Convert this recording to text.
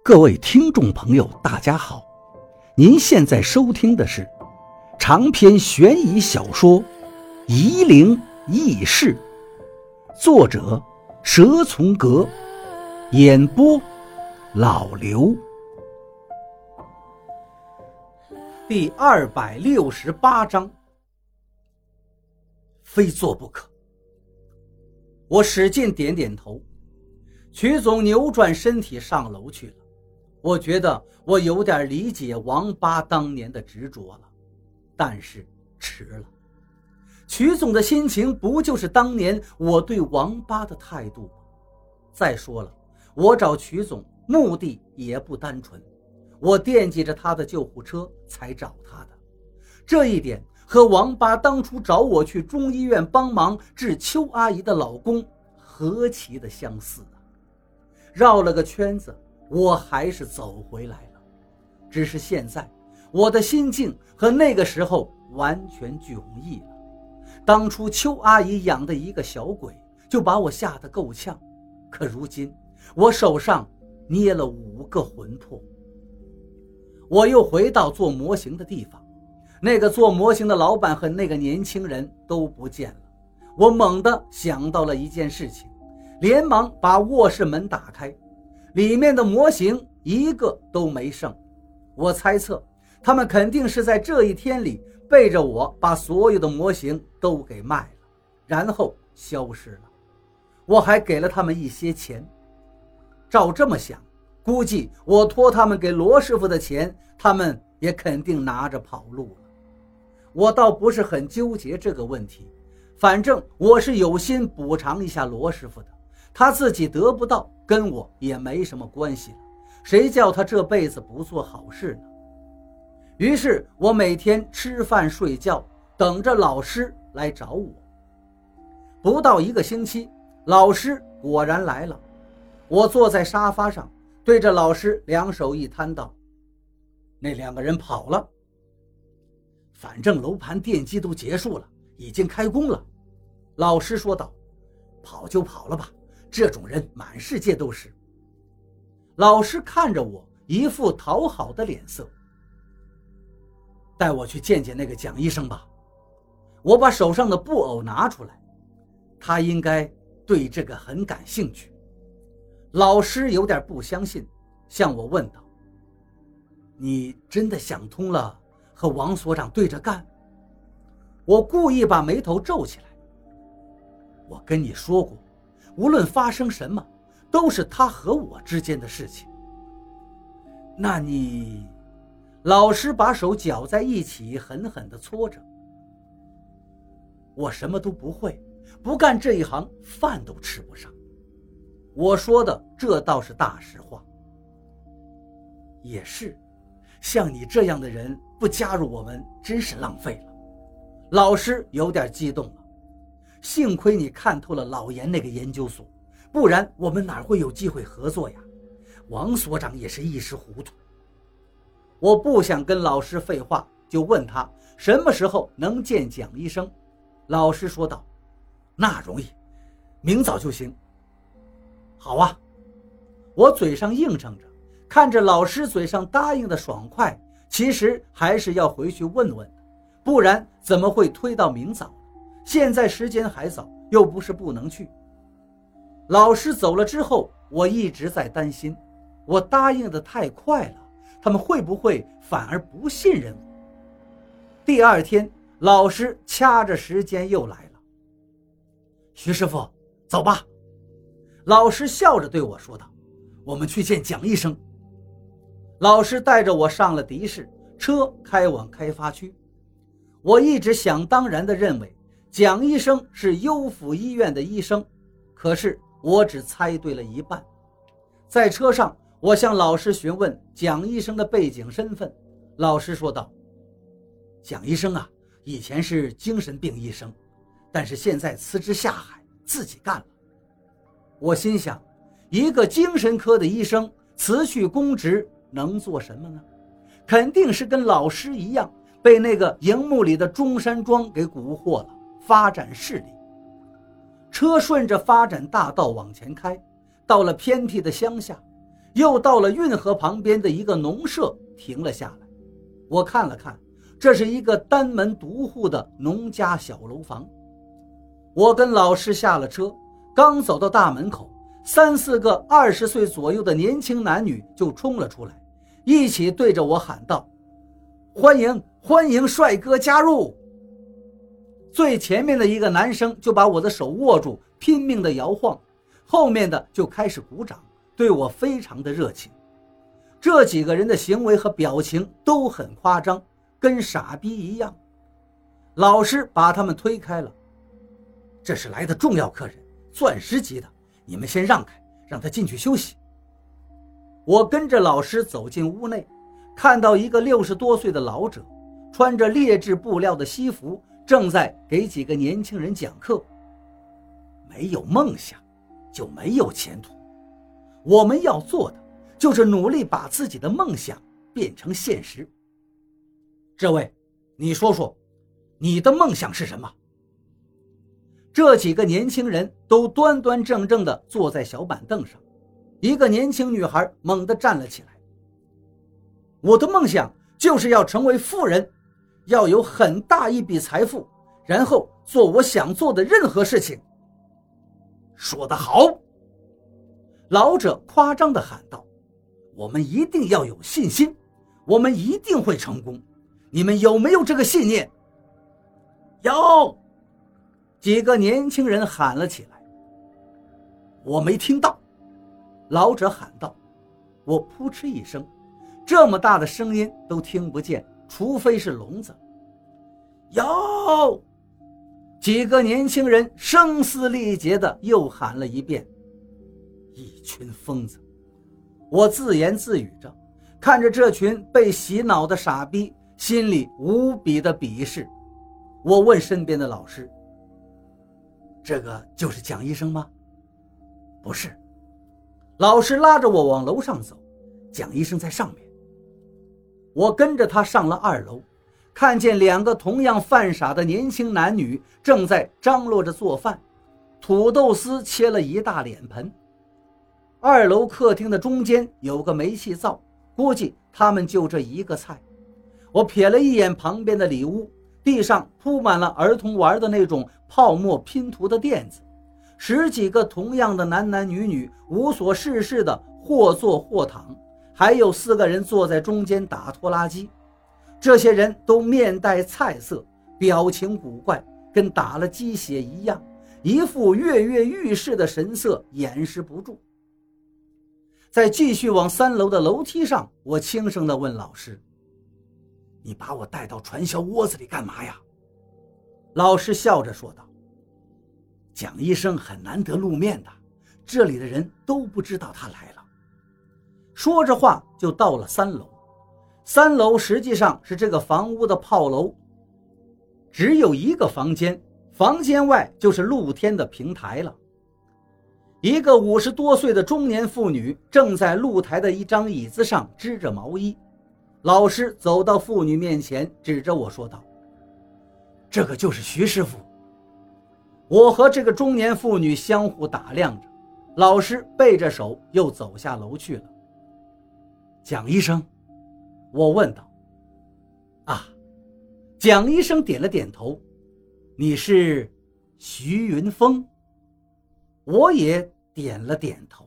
各位听众朋友大家好，您现在收听的是长篇悬疑小说《夷陵轶事》，作者蛇从阁，演播老刘。第268章，非做不可。我使劲点点头。曲总扭转身体上楼去了。我觉得我有点理解王八当年的执着了，但是迟了。曲总的心情不就是当年我对王八的态度吗？再说了，我找曲总目的也不单纯，我惦记着他的救护车才找他的。这一点和王八当初找我去中医院帮忙治邱阿姨的老公何其的相似啊！绕了个圈子，我还是走回来了。只是现在我的心境和那个时候完全迥异了。当初邱阿姨养的一个小鬼就把我吓得够呛，可如今我手上捏了5个魂魄。我又回到做模型的地方，那个做模型的老板和那个年轻人都不见了。我猛地想到了一件事情，连忙把卧室门打开，里面的模型一个都没剩。我猜测他们肯定是在这一天里背着我把所有的模型都给卖了，然后消失了。我还给了他们一些钱。照这么想，估计我托他们给罗师傅的钱，他们也肯定拿着跑路了。我倒不是很纠结这个问题，反正我是有心补偿一下罗师傅的，他自己得不到跟我也没什么关系了，谁叫他这辈子不做好事呢？于是我每天吃饭睡觉，等着老师来找我。不到1个星期，老师果然来了。我坐在沙发上，对着老师两手一摊道：那2个人跑了。反正楼盘电机都结束了，已经开工了。老师说道：跑就跑了吧，这种人满世界都是。老师看着我一副讨好的脸色：带我去见见那个蒋医生吧。我把手上的布偶拿出来，他应该对这个很感兴趣。老师有点不相信，向我问道：你真的想通了和王所长对着干？我故意把眉头皱起来。我跟你说过，无论发生什么都是他和我之间的事情。那你……老师把手搅在一起狠狠地搓着。我什么都不会，不干这一行饭都吃不上。我说的这倒是大实话。也是，像你这样的人不加入我们真是浪费了。老师有点激动了。幸亏你看透了老严那个研究所，不然我们哪会有机会合作呀？王所长也是一时糊涂。我不想跟老师废话，就问他什么时候能见蒋医生。老师说道：那容易，明早就行。好啊。我嘴上应承着，看着老师嘴上答应的爽快，其实还是要回去问问的，不然怎么会推到明早？现在时间还早，又不是不能去。老师走了之后，我一直在担心，我答应的太快了，他们会不会反而不信任我？第2天，老师掐着时间又来了。徐师傅，走吧。老师笑着对我说道：我们去见蒋医生。老师带着我上了的士，车开往开发区。我一直想当然地认为蒋医生是优抚医院的医生，可是我只猜对了一半。在车上，我向老师询问蒋医生的背景身份。老师说道：蒋医生啊，以前是精神病医生，但是现在辞职下海自己干了。我心想，一个精神科的医生辞去公职能做什么呢？肯定是跟老师一样，被那个荧幕里的中山装给蛊惑了，发展势力。车顺着发展大道往前开，到了偏僻的乡下， 又到了运河旁边的一个农舍停了下来。我看了看，这是一个单门独户的农家小楼房。我跟老师下了车，刚走到大门口，3、4个20岁左右的年轻男女就冲了出来，一起对着我喊道：欢迎欢迎帅哥加入。最前面的一个男生就把我的手握住，拼命地摇晃，后面的就开始鼓掌，对我非常的热情。这几个人的行为和表情都很夸张，跟傻逼一样。老师把他们推开了，这是来的重要客人，钻石级的，你们先让开，让他进去休息。我跟着老师走进屋内，看到一个60多岁的老者，穿着劣质布料的西服，正在给几个年轻人讲课。没有梦想就没有前途，我们要做的就是努力把自己的梦想变成现实。这位，你说说，你的梦想是什么？这几个年轻人都端端正正地坐在小板凳上，一个年轻女孩猛地站了起来。我的梦想就是要成为富人，要有很大一笔财富，然后做我想做的任何事情。说得好！老者夸张地喊道，我们一定要有信心，我们一定会成功，你们有没有这个信念？有！几个年轻人喊了起来。我没听到，老者喊道。我扑哧一声，这么大的声音都听不见，除非是聋子。有！几个年轻人声嘶力竭地又喊了一遍。一群疯子！我自言自语着，看着这群被洗脑的傻逼，心里无比的鄙视。我问身边的老师，这个就是蒋医生吗？不是。老师拉着我往楼上走，蒋医生在上面。我跟着他上了2楼，看见2个同样犯傻的年轻男女正在张罗着做饭，土豆丝切了一大脸盆。2楼客厅的中间有个煤气灶，估计他们就这一个菜。我瞥了一眼旁边的里屋，地上铺满了儿童玩的那种泡沫拼图的垫子，10几个同样的男男女女无所事事的或坐或躺，还有4个人坐在中间打拖拉机。这些人都面带菜色，表情古怪，跟打了鸡血一样，一副跃跃欲试的神色，掩饰不住。在继续往3楼的楼梯上，我轻声地问老师，你把我带到传销窝子里干嘛呀？老师笑着说道，蒋医生很难得露面的，这里的人都不知道他来了。说着话就到了3楼。3楼实际上是这个房屋的炮楼，只有一个房间，房间外就是露天的平台了。一个50多岁的中年妇女正在露台的一张椅子上织着毛衣。老师走到妇女面前，指着我说道，这个就是徐师傅。我和这个中年妇女相互打量着，老师背着手又走下楼去了。蒋医生，我问道。啊，蒋医生点了点头，你是徐云峰？我也点了点头。